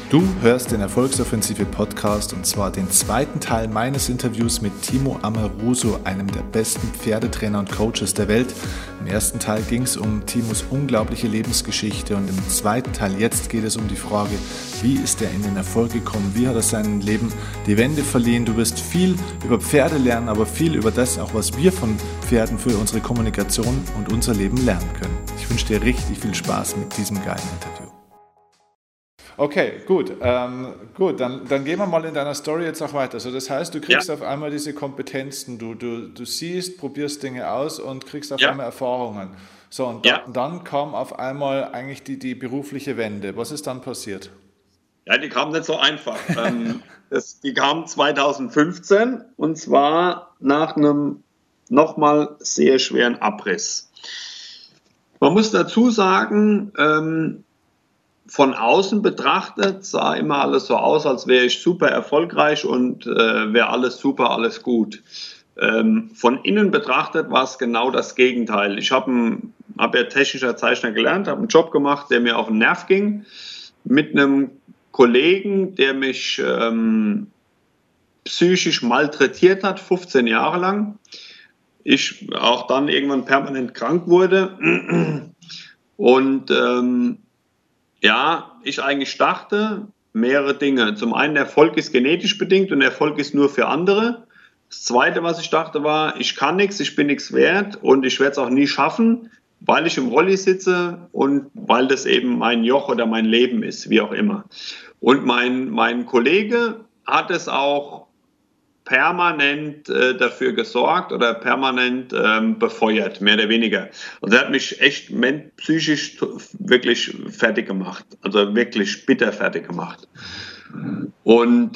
Du hörst den Erfolgsoffensive Podcast und zwar den zweiten Teil meines Interviews mit Timo Amoruso, einem der besten Pferdetrainer und Coaches der Welt. Im ersten Teil ging es um Timos unglaubliche Lebensgeschichte und im zweiten Teil jetzt geht es um die Frage, wie ist er in den Erfolg gekommen, wie hat er seinem Leben die Wende verliehen. Du wirst viel über Pferde lernen, aber viel über das auch, was wir von Pferden für unsere Kommunikation und unser Leben lernen können. Ich wünsche dir richtig viel Spaß mit diesem geilen Interview. Okay, gut. Dann gehen wir mal in deiner Story jetzt auch weiter. Also das heißt, du kriegst auf einmal diese Kompetenzen, du siehst, probierst Dinge aus und kriegst auf einmal Erfahrungen. So, und dann kam auf einmal eigentlich die berufliche Wende. Was ist dann passiert? Ja, die kam nicht so einfach. Die kam 2015 und zwar nach einem nochmal sehr schweren Abriss. Man muss dazu sagen, von außen betrachtet sah immer alles so aus, als wäre ich super erfolgreich und wäre alles super, alles gut. Von innen betrachtet war es genau das Gegenteil. Ich habe ja technischer Zeichner gelernt, habe einen Job gemacht, der mir auf den Nerv ging, mit einem Kollegen, der mich psychisch malträtiert hat, 15 Jahre lang. Ich auch dann irgendwann permanent krank wurde und ich eigentlich dachte, mehrere Dinge. Zum einen, Erfolg ist genetisch bedingt und Erfolg ist nur für andere. Das Zweite, was ich dachte, war, ich kann nichts, ich bin nichts wert und ich werde es auch nie schaffen, weil ich im Rolli sitze und weil das eben mein Joch oder mein Leben ist, wie auch immer. Und mein Kollege hat es auch permanent dafür gesorgt oder permanent befeuert, mehr oder weniger. Also er hat mich echt psychisch wirklich fertig gemacht, also wirklich bitter fertig gemacht. Und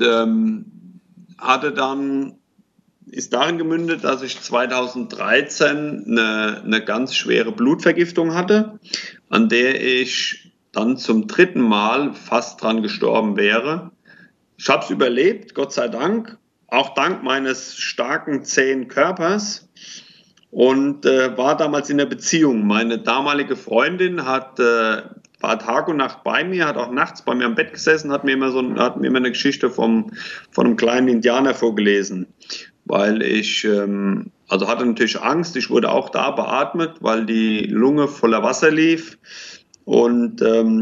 ist darin gemündet, dass ich 2013 eine ganz schwere Blutvergiftung hatte, an der ich dann zum 3. Mal fast dran gestorben wäre. Ich habe es überlebt, Gott sei Dank. Auch dank meines starken, zähen Körpers und war damals in der Beziehung. Meine damalige Freundin war Tag und Nacht bei mir, hat auch nachts bei mir am Bett gesessen, hat mir immer eine Geschichte von einem kleinen Indianer vorgelesen, weil ich hatte natürlich Angst. Ich wurde auch da beatmet, weil die Lunge voller Wasser lief und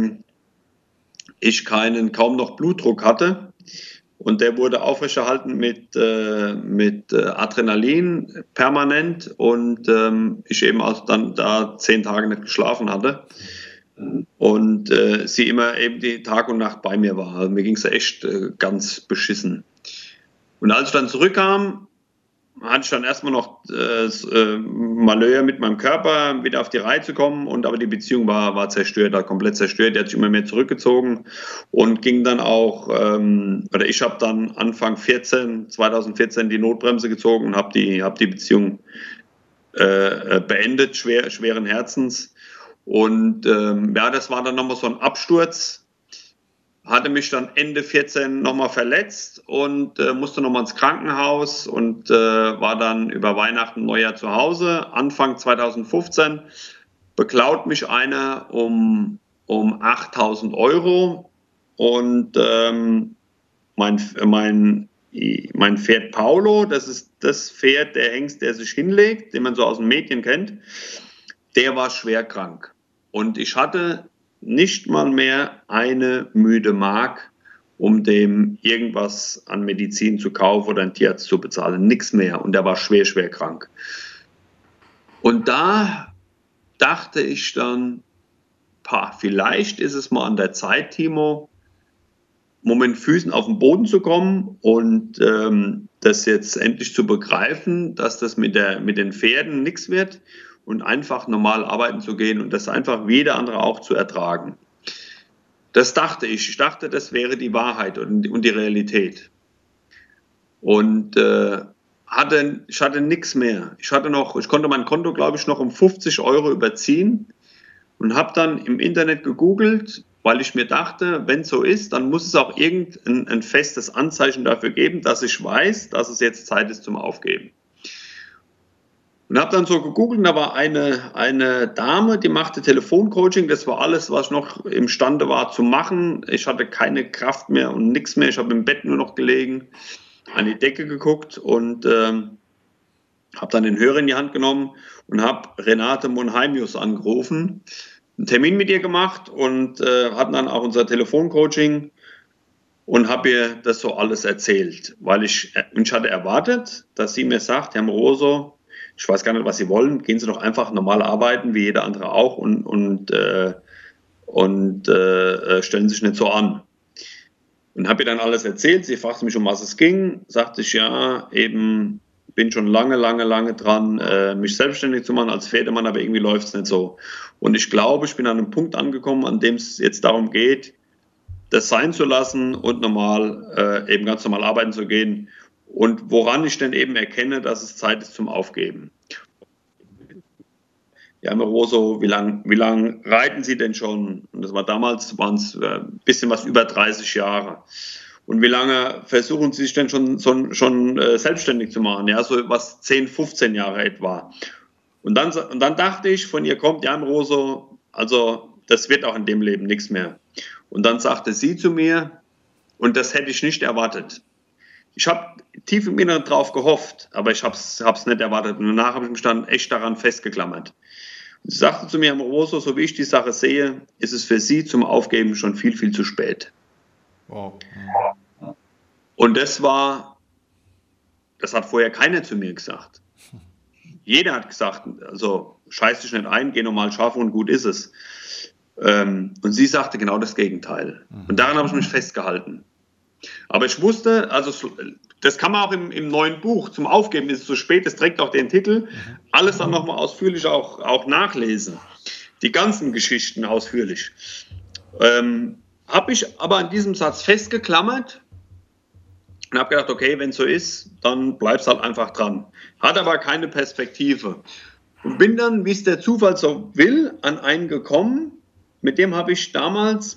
ich kaum noch Blutdruck hatte. Und der wurde aufrechterhalten mit Adrenalin permanent und ich eben auch dann da 10 Tage nicht geschlafen hatte und sie immer eben die Tag und Nacht bei mir war. Also mir ging es echt ganz beschissen. Und als ich dann zurückkam, hatte ich dann erstmal noch Malheur mit meinem Körper, wieder auf die Reihe zu kommen, aber die Beziehung war zerstört, komplett zerstört. Die hat sich immer mehr zurückgezogen und ging dann auch, ich habe dann Anfang 2014 die Notbremse gezogen und habe die Beziehung beendet, schweren Herzens. Und das war dann nochmal so ein Absturz. Hatte mich dann Ende 14 nochmal verletzt und musste nochmal ins Krankenhaus und war dann über Weihnachten, Neujahr zu Hause. Anfang 2015 beklaut mich einer um 8.000 Euro und mein Pferd Paulo, das ist das Pferd, der Hengst, der sich hinlegt, den man so aus den Medien kennt, der war schwer krank und ich hatte nicht mal mehr eine müde Mark, um dem irgendwas an Medizin zu kaufen oder einen Tierarzt zu bezahlen. Nichts mehr. Und er war schwer, schwer krank. Und da dachte ich dann, vielleicht ist es mal an der Zeit, Timo, mit den Füßen auf den Boden zu kommen und das jetzt endlich zu begreifen, dass das mit den Pferden nichts wird. Und einfach normal arbeiten zu gehen und das einfach wie jeder andere auch zu ertragen. Das dachte ich. Ich dachte, das wäre die Wahrheit und die Realität. Und ich hatte nichts mehr. Ich konnte mein Konto, glaube ich, noch um 50 Euro überziehen und habe dann im Internet gegoogelt, weil ich mir dachte, wenn es so ist, dann muss es auch irgendein festes Anzeichen dafür geben, dass ich weiß, dass es jetzt Zeit ist zum Aufgeben. Und habe dann so gegoogelt, und da war eine Dame, die machte Telefoncoaching. Das war alles, was ich noch imstande war zu machen. Ich hatte keine Kraft mehr und nichts mehr. Ich habe im Bett nur noch gelegen, an die Decke geguckt und habe dann den Hörer in die Hand genommen und habe Renate Monheimius angerufen, einen Termin mit ihr gemacht und hatten dann auch unser Telefoncoaching und habe ihr das so alles erzählt, weil ich hatte erwartet, dass sie mir sagt, Herr Moroso, ich weiß gar nicht, was Sie wollen, gehen Sie doch einfach normal arbeiten, wie jeder andere auch und stellen sich nicht so an. Und habe ihr dann alles erzählt, sie fragte mich, um was es ging, sagte ich, ja, eben bin schon lange dran, mich selbstständig zu machen als Pferdemann, aber irgendwie läuft es nicht so. Und ich glaube, ich bin an einem Punkt angekommen, an dem es jetzt darum geht, das sein zu lassen und eben ganz normal arbeiten zu gehen. Und woran ich dann eben erkenne, dass es Zeit ist zum Aufgeben. Ja, Moroso, wie lang reiten Sie denn schon? Und das war damals, waren es ein bisschen was über 30 Jahre. Und wie lange versuchen Sie sich denn schon selbstständig zu machen? Ja, so was 10, 15 Jahre etwa. Und dann dachte ich, von ihr kommt, ja, Moroso, also das wird auch in dem Leben nichts mehr. Und dann sagte sie zu mir, und das hätte ich nicht erwartet. Ich habe tief im Inneren drauf gehofft, aber ich hab's nicht erwartet. Und danach habe ich mich dann echt daran festgeklammert. Und sie sagte zu mir, Herr Moroso, so wie ich die Sache sehe, ist es für Sie zum Aufgeben schon viel, viel zu spät. Wow. Und das hat vorher keiner zu mir gesagt. Jeder hat gesagt, also scheiß dich nicht ein, geh normal schaffen und gut ist es. Und sie sagte genau das Gegenteil. Und daran habe ich mich festgehalten. Aber ich wusste, also das kann man auch im neuen Buch, zum Aufgeben ist es zu spät, das trägt auch den Titel, alles dann nochmal ausführlich auch nachlesen. Die ganzen Geschichten ausführlich. Habe ich aber an diesem Satz festgeklammert und habe gedacht, okay, wenn es so ist, dann bleibst halt einfach dran. Hat aber keine Perspektive. Und bin dann, wie es der Zufall so will, an einen gekommen, mit dem habe ich damals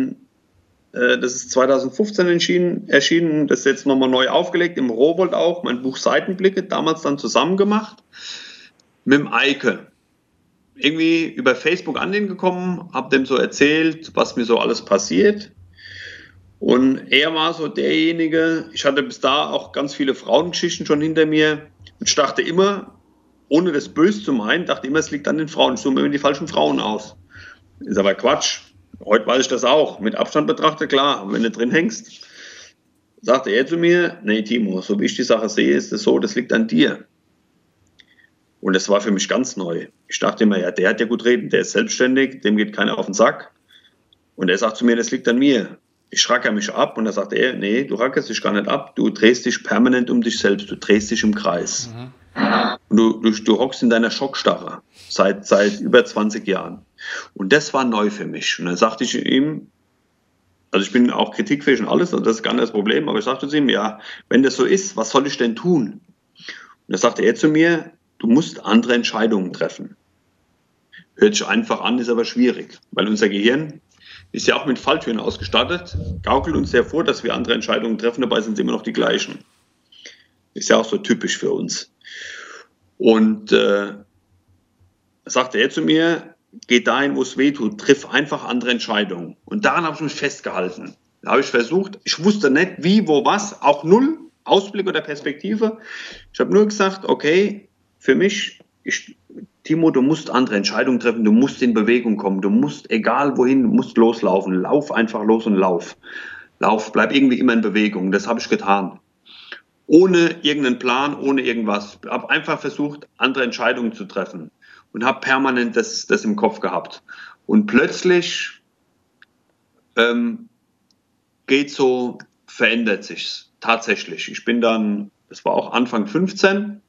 das ist 2015 erschienen, das ist jetzt nochmal neu aufgelegt, im Rowohlt auch, mein Buch Seitenblicke, damals dann zusammen gemacht, mit dem Eike. Irgendwie über Facebook an den gekommen, habe dem so erzählt, was mir so alles passiert. Und er war so derjenige, ich hatte bis da auch ganz viele Frauengeschichten schon hinter mir und ich dachte immer, ohne das böse zu meinen, dachte immer, es liegt an den Frauen, ich suche mir immer die falschen Frauen aus. Ist aber Quatsch. Heute weiß ich das auch. Mit Abstand betrachtet, klar. Aber wenn du drin hängst, sagte er zu mir, nee, Timo, so wie ich die Sache sehe, ist es so, das liegt an dir. Und das war für mich ganz neu. Ich dachte immer, ja, der hat ja gut reden, der ist selbstständig, dem geht keiner auf den Sack. Und er sagt zu mir, das liegt an mir. Ich racker mich ab und da sagt er, nee, du rackerst dich gar nicht ab, du drehst dich permanent um dich selbst, du drehst dich im Kreis. Und du hockst in deiner Schockstarre seit über 20 Jahren. Und das war neu für mich. Und dann sagte ich ihm, also ich bin auch kritikfähig und alles, und das ist gar nicht das Problem, aber ich sagte zu ihm, ja, wenn das so ist, was soll ich denn tun? Und dann sagte er zu mir, du musst andere Entscheidungen treffen. Hört sich einfach an, ist aber schwierig, weil unser Gehirn ist ja auch mit Falltüren ausgestattet, gaukelt uns ja vor, dass wir andere Entscheidungen treffen, dabei sind es immer noch die gleichen. Ist ja auch so typisch für uns. Und sagte er zu mir, geh dahin, wo es weh tut, triff einfach andere Entscheidungen. Und daran habe ich mich festgehalten. Da habe ich versucht, ich wusste nicht wie, wo, was, auch null Ausblick oder Perspektive. Ich habe nur gesagt, okay, für mich, Timo, du musst andere Entscheidungen treffen, du musst in Bewegung kommen, du musst, egal wohin, du musst loslaufen. Lauf einfach los und lauf. Bleib irgendwie immer in Bewegung. Das habe ich getan. Ohne irgendeinen Plan, ohne irgendwas. Ich habe einfach versucht, andere Entscheidungen zu treffen. Und habe permanent das im Kopf gehabt. Und plötzlich verändert sich's tatsächlich. Ich bin dann, das war auch Anfang 15,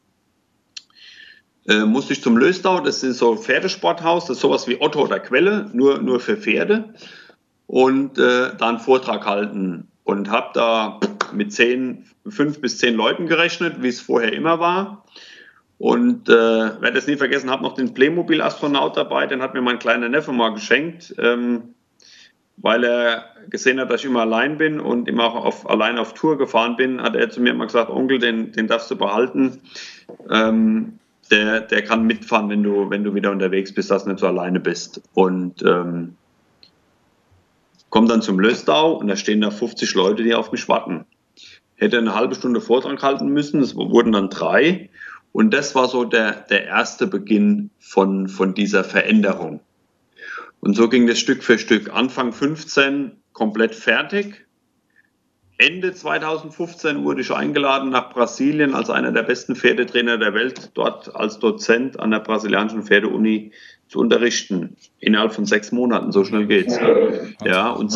musste ich zum Löstau, das ist so ein Pferdesporthaus, das ist sowas wie Otto oder Quelle, nur für Pferde. Und da einen Vortrag halten. Und habe da mit 5 bis 10 Leuten gerechnet, wie es vorher immer war. Und werde es nie vergessen, habe noch den Playmobil-Astronaut dabei, den hat mir mein kleiner Neffe mal geschenkt, weil er gesehen hat, dass ich immer allein bin und immer auch allein auf Tour gefahren bin, hat er zu mir immer gesagt, Onkel, den darfst du behalten. der kann mitfahren, wenn du wieder unterwegs bist, dass du nicht so alleine bist. Und komm dann zum Löstau und da stehen da 50 Leute, die auf mich warten. Hätte eine halbe Stunde Vortrag halten müssen, es wurden dann 3. Und das war so der erste Beginn von dieser Veränderung. Und so ging das Stück für Stück. Anfang 15 komplett fertig. Ende 2015 wurde ich eingeladen nach Brasilien als einer der besten Pferdetrainer der Welt, dort als Dozent an der brasilianischen Pferdeuni zu unterrichten. Innerhalb von 6 Monaten, so schnell geht's. Ja, und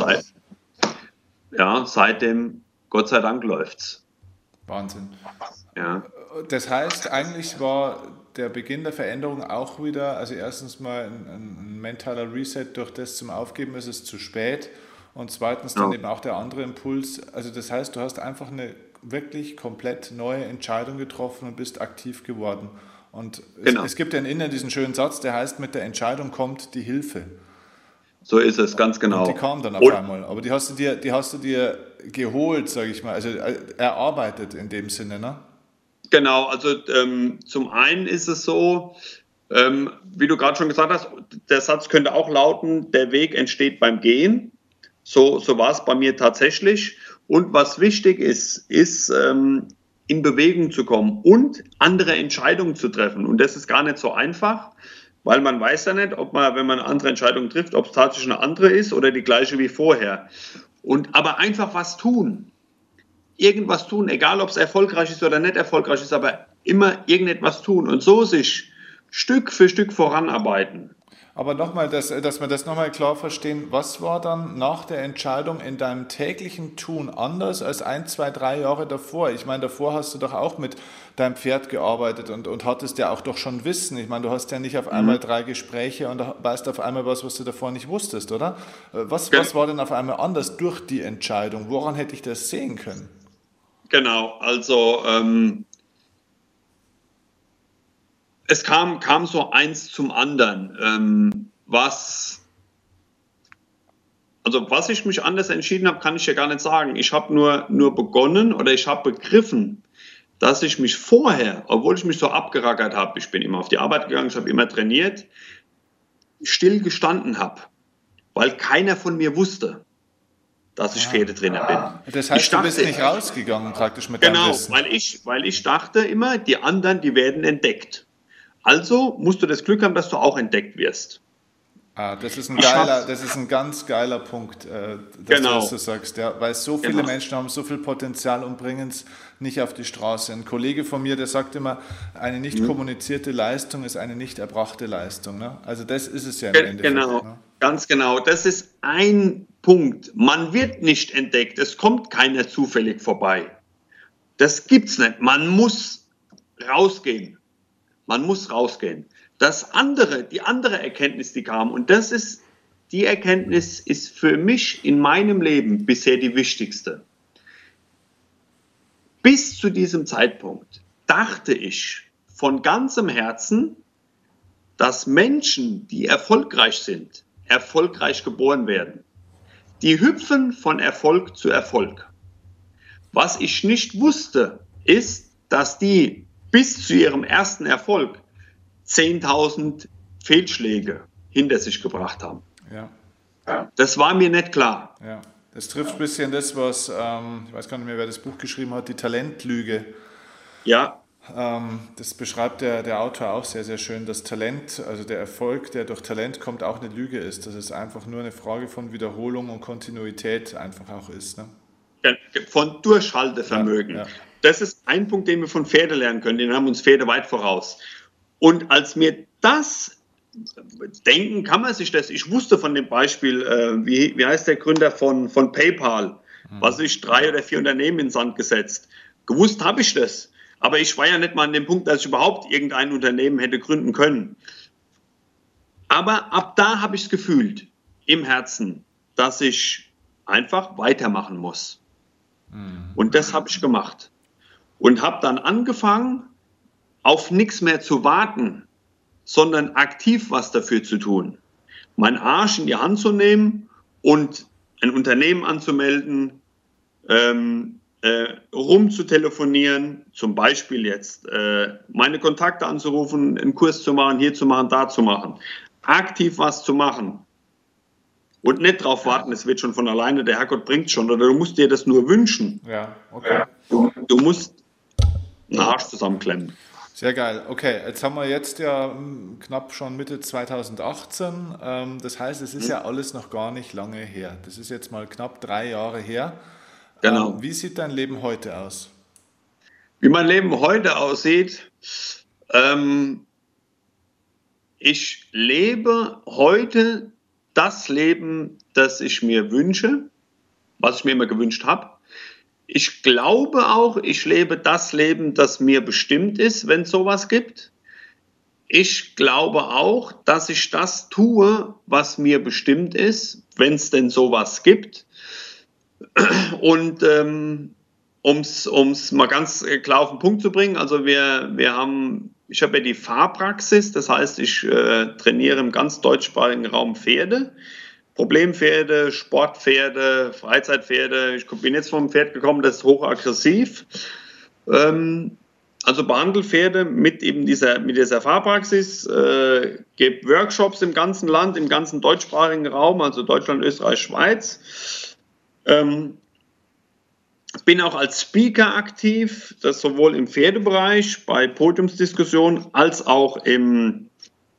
seitdem, Gott sei Dank, läuft's. Wahnsinn. Ja. Das heißt, eigentlich war der Beginn der Veränderung auch wieder, also erstens mal ein mentaler Reset, durch das zum Aufgeben ist es zu spät und zweitens dann eben auch der andere Impuls. Also das heißt, du hast einfach eine wirklich komplett neue Entscheidung getroffen und bist aktiv geworden. Und es gibt ja in Indien diesen schönen Satz, der heißt, mit der Entscheidung kommt die Hilfe. So ist es, ganz genau. Und die kam dann auf einmal. Aber die hast du dir geholt, sage ich mal, also erarbeitet in dem Sinne, ne? Genau, also zum einen ist es so, wie du gerade schon gesagt hast, der Satz könnte auch lauten, der Weg entsteht beim Gehen. So war es bei mir tatsächlich. Und was wichtig ist, in Bewegung zu kommen und andere Entscheidungen zu treffen. Und das ist gar nicht so einfach, weil man weiß ja nicht, ob man, wenn man eine andere Entscheidung trifft, ob es tatsächlich eine andere ist oder die gleiche wie vorher. Aber einfach was tun. Irgendwas tun, egal ob es erfolgreich ist oder nicht erfolgreich ist, aber immer irgendetwas tun und so sich Stück für Stück voranarbeiten. Aber nochmal, dass wir das nochmal klar verstehen, was war dann nach der Entscheidung in deinem täglichen Tun anders als 1, 2, 3 Jahre davor? Ich meine, davor hast du doch auch mit deinem Pferd gearbeitet und hattest ja auch doch schon Wissen. Ich meine, du hast ja nicht auf einmal 3 Gespräche und weißt auf einmal was du davor nicht wusstest, oder? Was war denn auf einmal anders durch die Entscheidung? Woran hätte ich das sehen können? Genau, also es kam so eins zum anderen. Was ich mich anders entschieden habe, kann ich ja gar nicht sagen. Ich habe nur begonnen oder ich habe begriffen, dass ich mich vorher, obwohl ich mich so abgerackert habe, ich bin immer auf die Arbeit gegangen, ich habe immer trainiert, still gestanden habe, weil keiner von mir wusste, dass ich Pferdetrainer bin. Das heißt, du bist nicht rausgegangen praktisch mit deinem Wissen. Genau, weil ich dachte immer, die anderen, die werden entdeckt. Also musst du das Glück haben, dass du auch entdeckt wirst. Das ist ein ganz geiler Punkt, dass du das so sagst, ja, weil so viele Menschen haben so viel Potenzial und bringen es nicht auf die Straße. Ein Kollege von mir, der sagt immer, eine nicht kommunizierte Leistung ist eine nicht erbrachte Leistung. Ne? Also das ist es ja im Endeffekt. Genau, ne? Ganz genau. Das ist ein Punkt. Man wird nicht entdeckt. Es kommt keiner zufällig vorbei. Das gibt's nicht. Man muss rausgehen. Die andere Erkenntnis, die kam, und die Erkenntnis ist für mich in meinem Leben bisher die wichtigste. Bis zu diesem Zeitpunkt dachte ich von ganzem Herzen, dass Menschen, die erfolgreich sind, erfolgreich geboren werden. Die hüpfen von Erfolg zu Erfolg. Was ich nicht wusste, ist, dass die bis zu ihrem ersten Erfolg 10.000 Fehlschläge hinter sich gebracht haben. Ja. Das war mir nicht klar. Ja. Das trifft ein bisschen das, was, ich weiß gar nicht mehr, wer das Buch geschrieben hat, die Talentlüge. Ja. Das beschreibt der Autor auch sehr, sehr schön, dass Talent, also der Erfolg, der durch Talent kommt, auch eine Lüge ist. Dass es einfach nur eine Frage von Wiederholung und Kontinuität einfach auch ist. Ne? Von Durchhaltevermögen. Ja. Das ist ein Punkt, den wir von Pferde lernen können. Den haben uns Pferde weit voraus. Und als mir das denken, kann man sich das, ich wusste von dem Beispiel, wie heißt der Gründer von PayPal, was ich 3 oder 4 Unternehmen in den Sand gesetzt. Gewusst habe ich das. Aber ich war ja nicht mal an dem Punkt, dass ich überhaupt irgendein Unternehmen hätte gründen können. Aber ab da habe ich es gefühlt, im Herzen, dass ich einfach weitermachen muss. Und das habe ich gemacht. Und habe dann angefangen, auf nichts mehr zu warten, sondern aktiv was dafür zu tun. Meinen Arsch in die Hand zu nehmen und ein Unternehmen anzumelden, rum zu telefonieren, zum Beispiel jetzt meine Kontakte anzurufen, einen Kurs zu machen, hier zu machen, da zu machen, aktiv was zu machen und nicht darauf warten, es wird schon von alleine, der Herrgott bringt schon, oder du musst dir das nur wünschen. Ja, okay. Du musst einen Arsch zusammenklemmen. Sehr geil. Okay, jetzt haben wir jetzt ja knapp schon Mitte 2018. Das heißt, es ist ja alles noch gar nicht lange her. Das ist jetzt mal knapp 3 Jahre her. Genau. Wie sieht dein Leben heute aus? Wie mein Leben heute aussieht, ich lebe heute das Leben, das ich mir wünsche, was ich mir immer gewünscht habe. Ich glaube auch, ich lebe das Leben, das mir bestimmt ist, wenn es sowas gibt. Ich glaube auch, dass ich das tue, was mir bestimmt ist, wenn es denn sowas gibt. Und um's mal ganz klar auf den Punkt zu bringen, also ich habe ja die Fahrpraxis, das heißt, ich trainiere im ganz deutschsprachigen Raum Pferde. Problempferde, Sportpferde, Freizeitpferde. Ich bin jetzt vom Pferd gekommen, das ist hochaggressiv. Also behandle Pferde mit eben dieser Fahrpraxis, gebe Workshops im ganzen Land, im ganzen deutschsprachigen Raum, also Deutschland, Österreich, Schweiz. Bin auch als Speaker aktiv, das sowohl im Pferdebereich, bei Podiumsdiskussionen, als auch im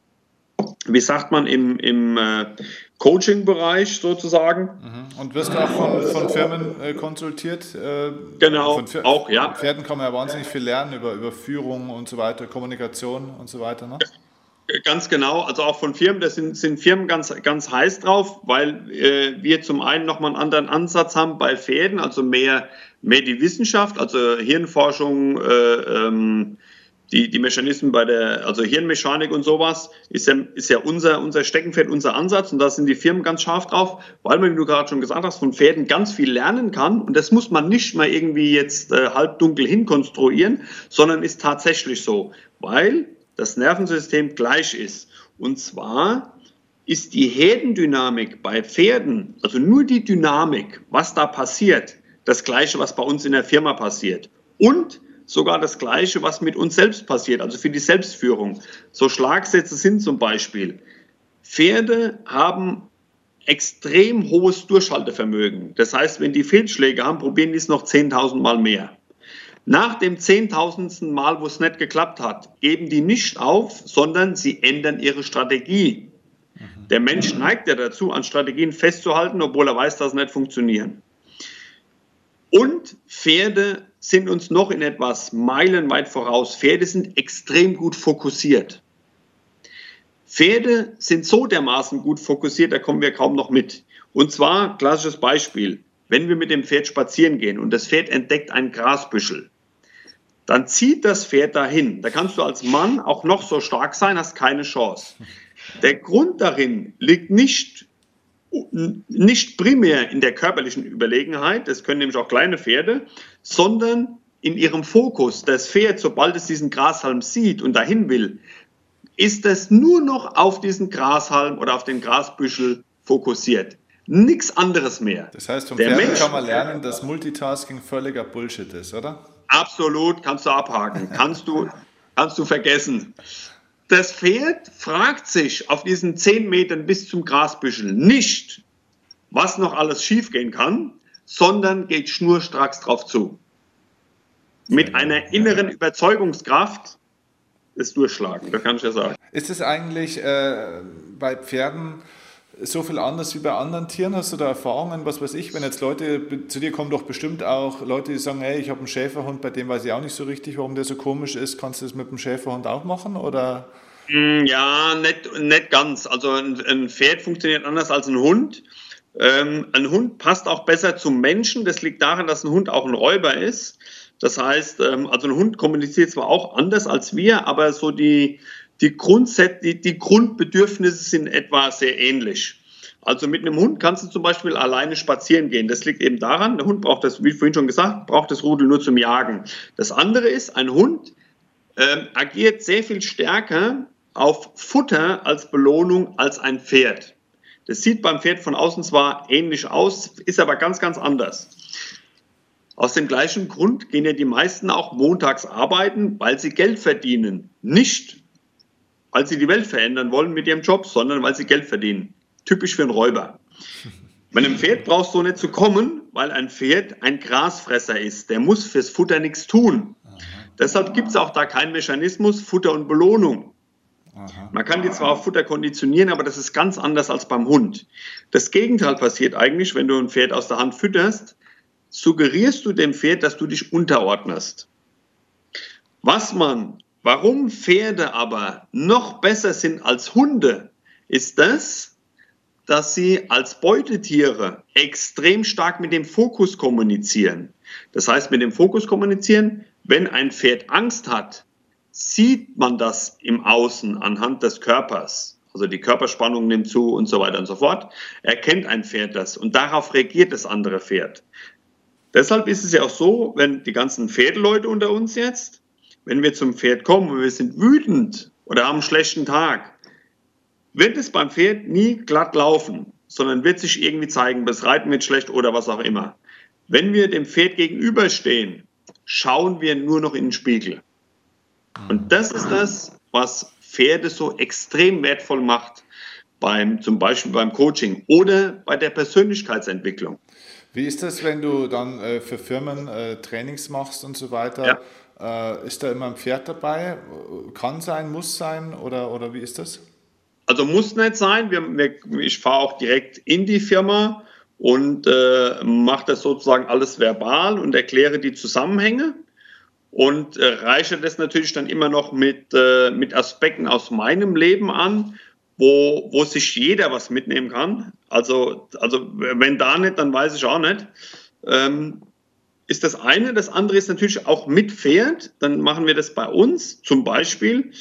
Coaching-Bereich sozusagen. Und wirst du auch von Firmen konsultiert? Genau, auch, ja. Pferden kann man ja wahnsinnig viel lernen über Führung und so weiter, Kommunikation und so weiter, ne? Ganz genau, also auch von Firmen, da sind Firmen ganz, ganz heiß drauf, weil wir zum einen nochmal einen anderen Ansatz haben bei Pferden, also mehr die Wissenschaft, also Hirnforschung, die Mechanismen also Hirnmechanik und sowas, ist ja unser Steckenpferd, unser Ansatz, und da sind die Firmen ganz scharf drauf, weil man, wie du gerade schon gesagt hast, von Pferden ganz viel lernen kann, und das muss man nicht mal irgendwie jetzt halbdunkel hinkonstruieren, sondern ist tatsächlich so, weil das Nervensystem gleich ist. Und zwar ist die Herdendynamik bei Pferden, also nur die Dynamik, was da passiert, das Gleiche, was bei uns in der Firma passiert. Und sogar das Gleiche, was mit uns selbst passiert, also für die Selbstführung. So Schlagsätze sind zum Beispiel: Pferde haben extrem hohes Durchhaltevermögen. Das heißt, wenn die Fehlschläge haben, probieren die es noch 10.000 Mal mehr. Nach dem 10.000. Mal, wo es nicht geklappt hat, geben die nicht auf, sondern sie ändern ihre Strategie. Der Mensch neigt ja dazu, an Strategien festzuhalten, obwohl er weiß, dass sie nicht funktionieren. Und Pferde sind uns noch in etwas meilenweit voraus. Pferde sind extrem gut fokussiert. Pferde sind so dermaßen gut fokussiert, da kommen wir kaum noch mit. Und zwar, klassisches Beispiel, wenn wir mit dem Pferd spazieren gehen und das Pferd entdeckt ein Grasbüschel, dann zieht das Pferd dahin. Da kannst du als Mann auch noch so stark sein, hast keine Chance. Der Grund darin liegt nicht primär in der körperlichen Überlegenheit, das können nämlich auch kleine Pferde, sondern in ihrem Fokus. Das Pferd, sobald es diesen Grashalm sieht und dahin will, ist es nur noch auf diesen Grashalm oder auf den Grasbüschel fokussiert. Nichts anderes mehr. Das heißt, vom Pferd kann man lernen, dass Multitasking völliger Bullshit ist, oder? Absolut, kannst du abhaken. Kannst du vergessen. Das Pferd fragt sich auf diesen 10 Metern bis zum Grasbüschel nicht, was noch alles schiefgehen kann, sondern geht schnurstracks drauf zu. Mit einer inneren Überzeugungskraft des Durchschlagen, das kann ich ja sagen. Ist es eigentlich bei Pferden so viel anders wie bei anderen Tieren? Hast du da Erfahrungen, was weiß ich, wenn jetzt Leute, zu dir kommen doch bestimmt auch Leute, die sagen, hey, ich habe einen Schäferhund, bei dem weiß ich auch nicht so richtig, warum der so komisch ist. Kannst du das mit dem Schäferhund auch machen, oder? Ja, nicht ganz. Also ein Pferd funktioniert anders als ein Hund. Ein Hund passt auch besser zum Menschen. Das liegt daran, dass ein Hund auch ein Räuber ist. Das heißt, also ein Hund kommuniziert zwar auch anders als wir, aber so die Grundbedürfnisse sind etwa sehr ähnlich. Also mit einem Hund kannst du zum Beispiel alleine spazieren gehen. Das liegt eben daran, der Hund braucht das, wie vorhin schon gesagt, braucht das Rudel nur zum Jagen. Das andere ist, ein Hund agiert sehr viel stärker auf Futter als Belohnung als ein Pferd. Das sieht beim Pferd von außen zwar ähnlich aus, ist aber ganz, ganz anders. Aus dem gleichen Grund gehen ja die meisten auch montags arbeiten, weil sie Geld verdienen. Nicht, weil sie die Welt verändern wollen mit ihrem Job, sondern weil sie Geld verdienen. Typisch für einen Räuber. Bei einem Pferd brauchst du nicht zu kommen, weil ein Pferd ein Grasfresser ist. Der muss fürs Futter nichts tun. Deshalb gibt es auch da keinen Mechanismus Futter und Belohnung. Man kann die zwar auf Futter konditionieren, aber das ist ganz anders als beim Hund. Das Gegenteil passiert eigentlich, wenn du ein Pferd aus der Hand fütterst, suggerierst du dem Pferd, dass du dich unterordnest. Warum Pferde aber noch besser sind als Hunde, ist das, dass sie als Beutetiere extrem stark mit dem Fokus kommunizieren. Das heißt, mit dem Fokus kommunizieren, wenn ein Pferd Angst hat, sieht man das im Außen anhand des Körpers. Also die Körperspannung nimmt zu und so weiter und so fort. Erkennt ein Pferd das und darauf reagiert das andere Pferd. Deshalb ist es ja auch so, wenn die ganzen Pferdeleute unter uns jetzt, wenn wir zum Pferd kommen und wir sind wütend oder haben einen schlechten Tag, wird es beim Pferd nie glatt laufen, sondern wird sich irgendwie zeigen, das Reiten wird schlecht oder was auch immer. Wenn wir dem Pferd gegenüberstehen, schauen wir nur noch in den Spiegel. Und das ist das, was Pferde so extrem wertvoll macht, zum Beispiel beim Coaching oder bei der Persönlichkeitsentwicklung. Wie ist das, wenn du dann für Firmen Trainings machst und so weiter? Ja. Ist da immer ein Pferd dabei? Kann sein, muss sein oder wie ist das? Also muss nicht sein. Ich fahre auch direkt in die Firma und mache das sozusagen alles verbal und erkläre die Zusammenhänge und reiche das natürlich dann immer noch mit Aspekten aus meinem Leben an, wo sich jeder was mitnehmen kann. Also wenn da nicht, dann weiß ich auch nicht. Ist das eine. Das andere ist natürlich auch mit Pferd. Dann machen wir das bei uns zum Beispiel.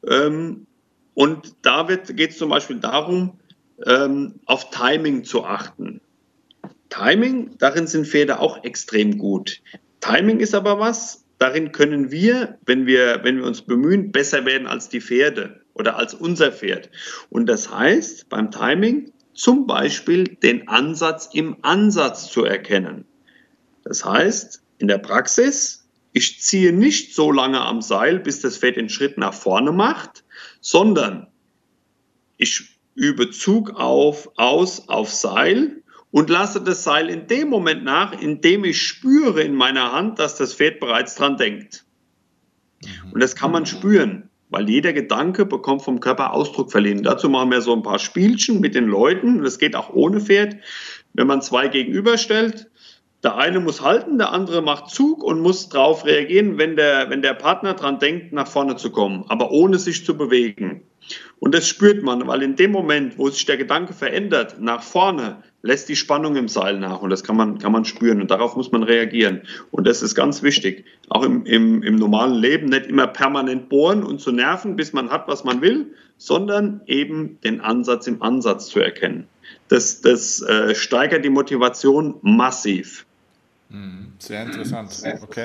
Und da geht es zum Beispiel darum, auf Timing zu achten. Timing, darin sind Pferde auch extrem gut. Timing ist aber was, darin können wir, wenn wir uns bemühen, besser werden als die Pferde oder als unser Pferd. Und das heißt, beim Timing zum Beispiel den Ansatz im Ansatz zu erkennen. Das heißt, in der Praxis, ich ziehe nicht so lange am Seil, bis das Pferd den Schritt nach vorne macht, sondern ich übe Zug auf Seil und lasse das Seil in dem Moment nach, in dem ich spüre in meiner Hand, dass das Pferd bereits dran denkt. Und das kann man spüren, weil jeder Gedanke bekommt vom Körper Ausdruck verliehen. Dazu machen wir so ein paar Spielchen mit den Leuten. Das geht auch ohne Pferd. Wenn man zwei gegenüberstellt, der eine muss halten, der andere macht Zug und muss darauf reagieren, wenn der Partner dran denkt, nach vorne zu kommen, aber ohne sich zu bewegen. Und das spürt man, weil in dem Moment, wo sich der Gedanke verändert, nach vorne, lässt die Spannung im Seil nach und das kann man spüren und darauf muss man reagieren. Und das ist ganz wichtig, auch im normalen Leben nicht immer permanent bohren und zu nerven, bis man hat, was man will, sondern eben den Ansatz im Ansatz zu erkennen. Das steigert die Motivation massiv. Sehr interessant, okay.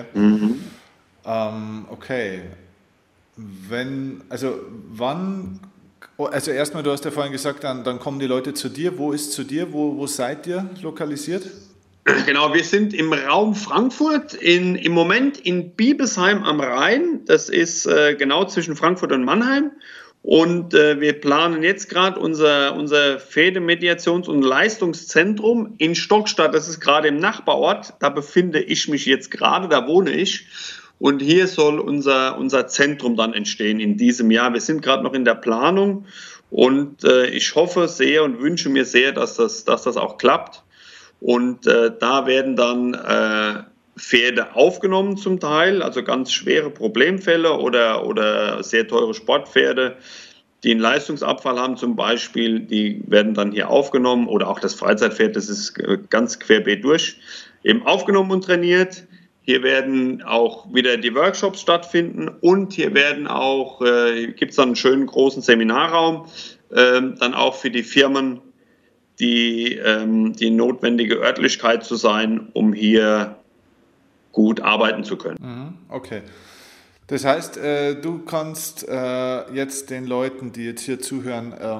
Okay. Also erstmal, du hast ja vorhin gesagt, dann kommen die Leute zu dir. Wo ist zu dir? Wo seid ihr lokalisiert? Genau, wir sind im Raum Frankfurt, im Moment in Biebesheim am Rhein. Das ist genau zwischen Frankfurt und Mannheim. Und wir planen jetzt gerade unser Pferdemediations- und Leistungszentrum in Stockstadt. Das ist gerade im Nachbarort. Da befinde ich mich jetzt gerade, da wohne ich. Und hier soll unser Zentrum dann entstehen in diesem Jahr. Wir sind gerade noch in der Planung und ich hoffe sehr und wünsche mir sehr, dass das auch klappt. Und da werden dann Pferde aufgenommen zum Teil, also ganz schwere Problemfälle oder sehr teure Sportpferde, die einen Leistungsabfall haben zum Beispiel, die werden dann hier aufgenommen oder auch das Freizeitpferd, das ist ganz querbeet durch, eben aufgenommen und trainiert. Hier werden auch wieder die Workshops stattfinden und hier gibt es dann einen schönen großen Seminarraum, dann auch für die Firmen, die notwendige Örtlichkeit zu sein, um hier gut arbeiten zu können. Okay. Das heißt, du kannst jetzt den Leuten, die jetzt hier zuhören,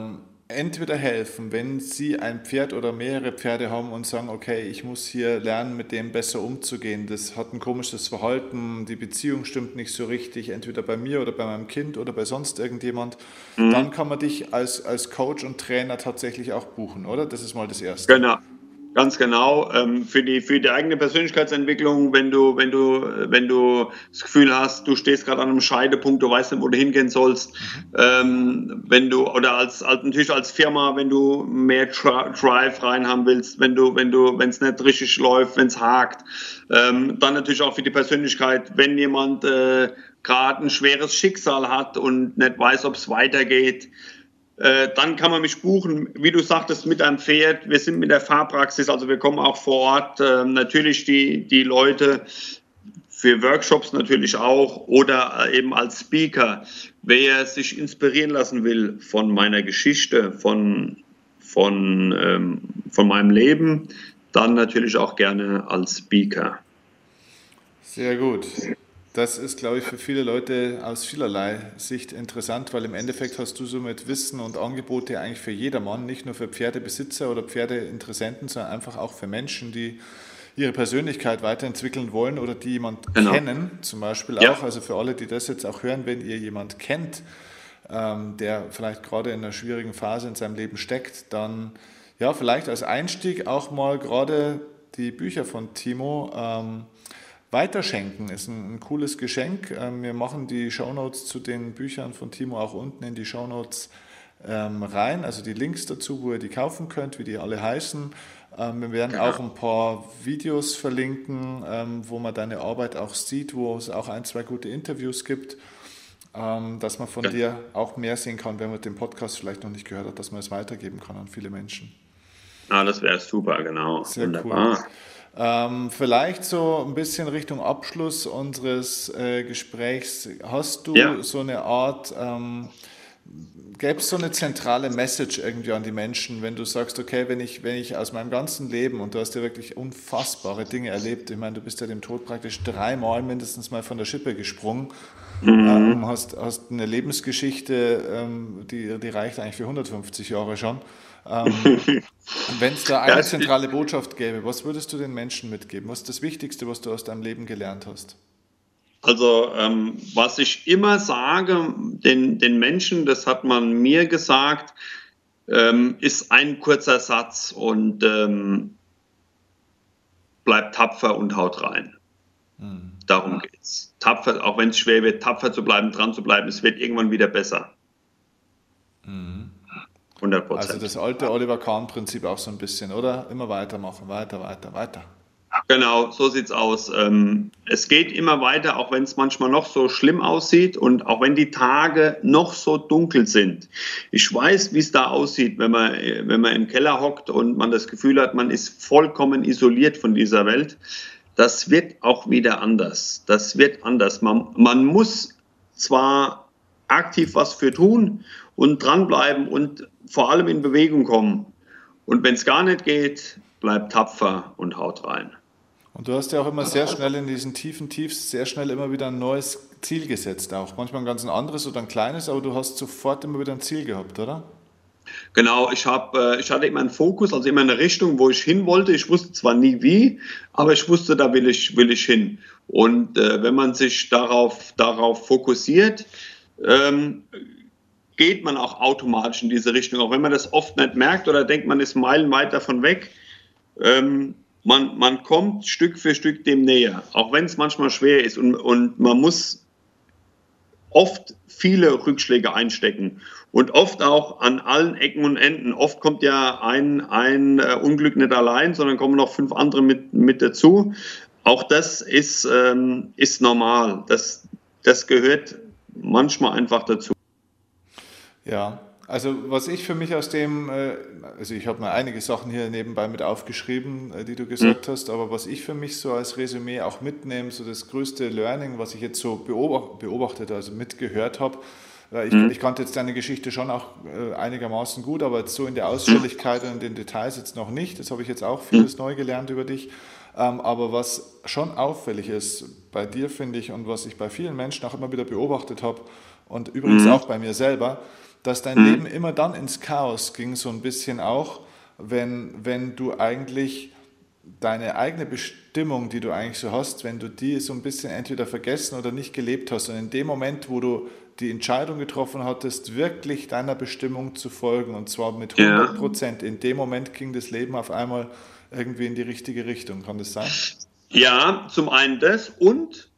entweder helfen, wenn Sie ein Pferd oder mehrere Pferde haben und sagen, okay, ich muss hier lernen, mit dem besser umzugehen. Das hat ein komisches Verhalten, die Beziehung stimmt nicht so richtig, entweder bei mir oder bei meinem Kind oder bei sonst irgendjemand. Dann kann man dich als Coach und Trainer tatsächlich auch buchen, oder? Das ist mal das Erste. Genau. Ganz genau, für die eigene Persönlichkeitsentwicklung, wenn du das Gefühl hast, du stehst gerade an einem Scheidepunkt, du weißt nicht, wo du hingehen sollst, wenn du, oder natürlich als Firma, wenn du mehr Drive rein haben willst, wenn es nicht richtig läuft, wenn es hakt, dann natürlich auch für die Persönlichkeit, wenn jemand gerade ein schweres Schicksal hat und nicht weiß, ob es weitergeht. Dann kann man mich buchen, wie du sagtest, mit einem Pferd. Wir sind mit der Fahrpraxis, also wir kommen auch vor Ort. Natürlich die Leute für Workshops natürlich auch oder eben als Speaker. Wer sich inspirieren lassen will von meiner Geschichte, von meinem Leben, dann natürlich auch gerne als Speaker. Sehr gut. Das ist, glaube ich, für viele Leute aus vielerlei Sicht interessant, weil im Endeffekt hast du somit Wissen und Angebote eigentlich für jedermann, nicht nur für Pferdebesitzer oder Pferdeinteressenten, sondern einfach auch für Menschen, die ihre Persönlichkeit weiterentwickeln wollen oder die jemand kennen, zum Beispiel auch. Also für alle, die das jetzt auch hören, wenn ihr jemand kennt, der vielleicht gerade in einer schwierigen Phase in seinem Leben steckt, dann ja vielleicht als Einstieg auch mal gerade die Bücher von Timo weiterschenken. Ist ein cooles Geschenk. Wir machen die Shownotes zu den Büchern von Timo auch unten in die Shownotes rein, also die Links dazu, wo ihr die kaufen könnt, wie die alle heißen. Wir werden auch ein paar Videos verlinken, wo man deine Arbeit auch sieht, wo es auch 1, 2 gute Interviews gibt, dass man von dir auch mehr sehen kann, wenn man den Podcast vielleicht noch nicht gehört hat, dass man es weitergeben kann an viele Menschen. Ah, das wäre super, genau. Sehr wunderbar. Cool. Vielleicht so ein bisschen Richtung Abschluss unseres Gesprächs. Hast du so eine Art, gäbe es so eine zentrale Message irgendwie an die Menschen, wenn du sagst, okay, wenn ich aus meinem ganzen Leben, und du hast ja wirklich unfassbare Dinge erlebt, ich meine, du bist ja dem Tod praktisch 3-mal mindestens mal von der Schippe gesprungen, hast eine Lebensgeschichte, die reicht eigentlich für 150 Jahre schon. Wenn es da eine zentrale Botschaft gäbe, was würdest du den Menschen mitgeben? Was ist das Wichtigste, was du aus deinem Leben gelernt hast? Also, was ich immer sage, den Menschen, das hat man mir gesagt, ist ein kurzer Satz und bleibt tapfer und haut rein. Darum geht's. Tapfer, auch wenn es schwer wird, tapfer zu bleiben, dran zu bleiben, es wird irgendwann wieder besser. 100%. Also das alte Oliver Kahn-Prinzip auch so ein bisschen, oder? Immer weitermachen, weiter. Genau, so sieht's aus. Es geht immer weiter, auch wenn es manchmal noch so schlimm aussieht und auch wenn die Tage noch so dunkel sind. Ich weiß, wie es da aussieht, wenn man im Keller hockt und man das Gefühl hat, man ist vollkommen isoliert von dieser Welt. Das wird auch wieder anders. Das wird anders. Man muss zwar aktiv was für tun und dranbleiben und vor allem in Bewegung kommen. Und wenn es gar nicht geht, bleibt tapfer und haut rein. Und du hast ja auch immer sehr schnell in diesen tiefen Tiefs sehr schnell immer wieder ein neues Ziel gesetzt auch. Manchmal ein ganz anderes oder ein kleines, aber du hast sofort immer wieder ein Ziel gehabt, oder? Genau, ich hatte immer einen Fokus, also immer eine Richtung, wo ich hin wollte. Ich wusste zwar nie wie, aber ich wusste, da will ich hin. Und wenn man sich darauf fokussiert, geht man auch automatisch in diese Richtung, auch wenn man das oft nicht merkt oder denkt, man ist meilenweit davon weg. Man kommt Stück für Stück dem näher, auch wenn es manchmal schwer ist und man muss oft viele Rückschläge einstecken und oft auch an allen Ecken und Enden. Oft kommt ja ein Unglück nicht allein, sondern kommen noch 5 andere mit dazu. Auch das ist normal. Das gehört manchmal einfach dazu. Ja, also was ich für mich aus dem, also ich habe mir einige Sachen hier nebenbei mit aufgeschrieben, die du gesagt hast, aber was ich für mich so als Resümee auch mitnehme, so das größte Learning, was ich jetzt so beobachtet, also mitgehört habe, ich kannte jetzt deine Geschichte schon auch einigermaßen gut, aber jetzt so in der Ausführlichkeit und in den Details jetzt noch nicht, das habe ich jetzt auch vieles neu gelernt über dich, aber was schon auffällig ist bei dir, finde ich, und was ich bei vielen Menschen auch immer wieder beobachtet habe und übrigens auch bei mir selber, dass dein Leben immer dann ins Chaos ging, so ein bisschen auch, wenn du eigentlich deine eigene Bestimmung, die du eigentlich so hast, wenn du die so ein bisschen entweder vergessen oder nicht gelebt hast. Und in dem Moment, wo du die Entscheidung getroffen hattest, wirklich deiner Bestimmung zu folgen, und zwar mit 100%, in dem Moment ging das Leben auf einmal irgendwie in die richtige Richtung. Kann das sein? Ja, zum einen das und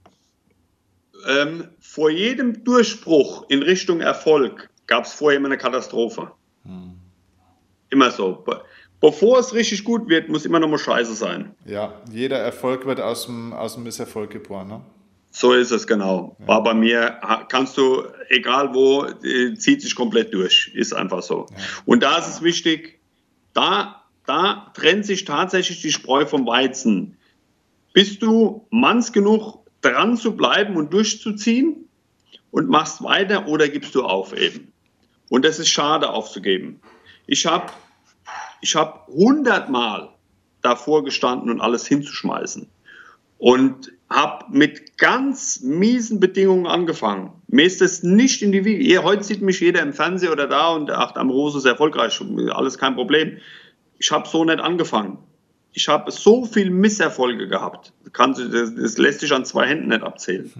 vor jedem Durchbruch in Richtung Erfolg gab es vorher immer eine Katastrophe. Immer so. Bevor es richtig gut wird, muss immer noch mal Scheiße sein. Ja, jeder Erfolg wird aus dem Misserfolg geboren, ne? So ist es, genau. Ja. War bei mir, kannst du, egal wo, zieht sich komplett durch. Ist einfach so. Ja. Und da ist es wichtig, da trennt sich tatsächlich die Spreu vom Weizen. Bist du manns genug, dran zu bleiben und durchzuziehen und machst weiter, oder gibst du auf eben? Und das ist schade aufzugeben. Ich hab 100-mal davor gestanden und alles hinzuschmeißen. Und habe mit ganz miesen Bedingungen angefangen. Mir ist das nicht in die Wiege. Heute sieht mich jeder im Fernsehen oder da und ach, Amoroso ist erfolgreich, alles kein Problem. Ich habe so nicht angefangen. Ich habe so viele Misserfolge gehabt. Das lässt sich an 2 Händen nicht abzählen.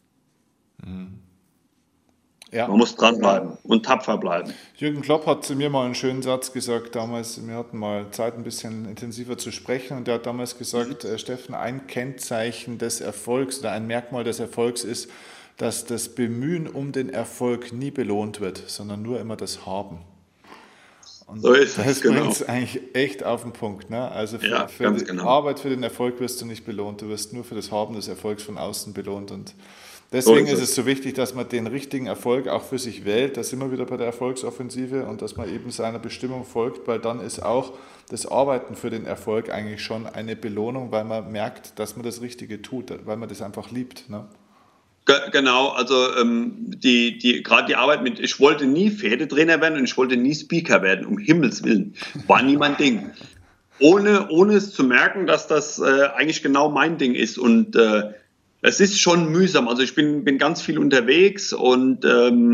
Ja. Man muss dranbleiben und tapfer bleiben. Jürgen Klopp hat zu mir mal einen schönen Satz gesagt damals. Wir hatten mal Zeit, ein bisschen intensiver zu sprechen. Und der hat damals gesagt, Steffen, ein Kennzeichen des Erfolgs oder ein Merkmal des Erfolgs ist, dass das Bemühen um den Erfolg nie belohnt wird, sondern nur immer das Haben. Und so ist das bringt es eigentlich echt auf den Punkt. Ne? Also für die Arbeit für den Erfolg wirst du nicht belohnt. Du wirst nur für das Haben des Erfolgs von außen belohnt. Und deswegen ist es so wichtig, dass man den richtigen Erfolg auch für sich wählt. Da sind wir wieder bei der Erfolgsoffensive und dass man eben seiner Bestimmung folgt, weil dann ist auch das Arbeiten für den Erfolg eigentlich schon eine Belohnung, weil man merkt, dass man das Richtige tut, weil man das einfach liebt. Ne? Genau, also gerade die Arbeit mit, ich wollte nie Pferdetrainer werden und ich wollte nie Speaker werden, um Himmels Willen, war nie mein Ding. Ohne es zu merken, dass das eigentlich genau mein Ding ist und es ist schon mühsam. Also ich bin ganz viel unterwegs und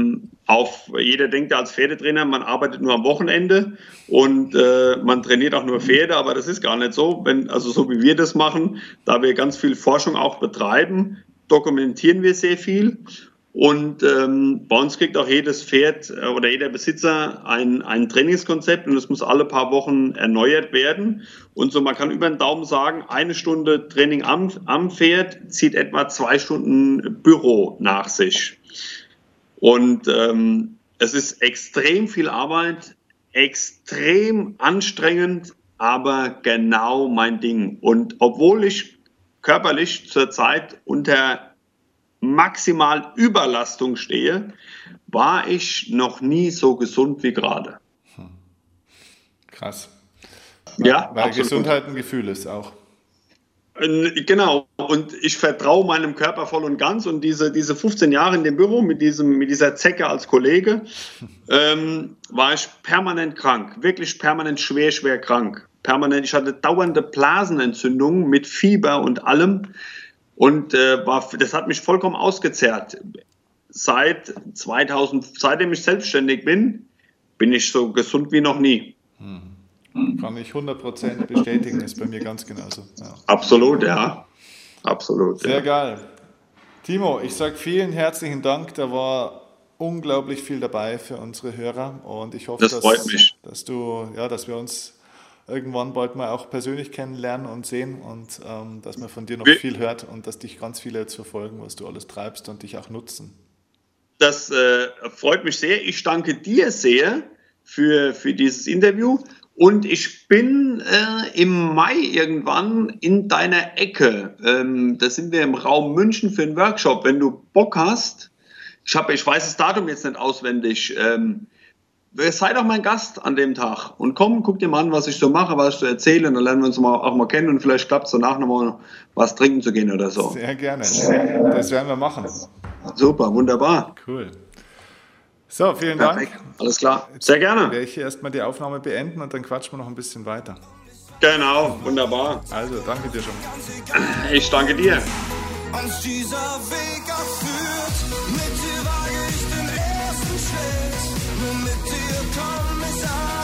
jeder denkt ja als Pferdetrainer, man arbeitet nur am Wochenende und man trainiert auch nur Pferde, aber das ist gar nicht so. So wie wir das machen, da wir ganz viel Forschung auch betreiben, dokumentieren wir sehr viel. Und bei uns kriegt auch jedes Pferd oder jeder Besitzer ein Trainingskonzept und es muss alle paar Wochen erneuert werden. Und so, man kann über den Daumen sagen, 1 Stunde Training am Pferd zieht etwa 2 Stunden Büro nach sich. Und es ist extrem viel Arbeit, extrem anstrengend, aber genau mein Ding. Und obwohl ich körperlich zurzeit unter maximal Überlastung stehe, war ich noch nie so gesund wie gerade. Krass. Ja, weil Gesundheit ein Gefühl ist auch. Genau, und ich vertraue meinem Körper voll und ganz und diese 15 Jahre in dem Büro mit dieser Zecke als Kollege war ich permanent krank, wirklich permanent schwer krank. Permanent, ich hatte dauernde Blasenentzündungen mit Fieber und allem. Und das hat mich vollkommen ausgezehrt. Seitdem ich selbstständig bin ich so gesund wie noch nie. Kann ich 100% bestätigen, ist bei mir ganz genauso. Ja. Absolut, ja. Absolut. Sehr geil. Timo, ich sage vielen herzlichen Dank. Da war unglaublich viel dabei für unsere Hörer. Und ich hoffe, dass wir uns irgendwann bald mal auch persönlich kennenlernen und sehen und dass man von dir noch viel hört und dass dich ganz viele jetzt verfolgen, was du alles treibst und dich auch nutzen. Das freut mich sehr. Ich danke dir sehr für dieses Interview und ich bin im Mai irgendwann in deiner Ecke. Da sind wir im Raum München für einen Workshop. Wenn du Bock hast, ich weiß das Datum jetzt nicht auswendig, sei doch mein Gast an dem Tag und komm, guck dir mal an, was ich so mache, was ich so erzähle und dann lernen wir uns auch mal kennen und vielleicht klappt es danach noch mal was trinken zu gehen oder so. Sehr gerne. Das werden wir machen. Super, wunderbar. Cool. So, vielen Perfekt. Dank. Alles klar. Sehr gerne. Werde ich hier erstmal die Aufnahme beenden und dann quatschen wir noch ein bisschen weiter. Genau, wunderbar. Also, danke dir schon. Ich danke dir. Uns dieser Weg erführt, mit dir wage ich den ersten Schritt. Kommissar.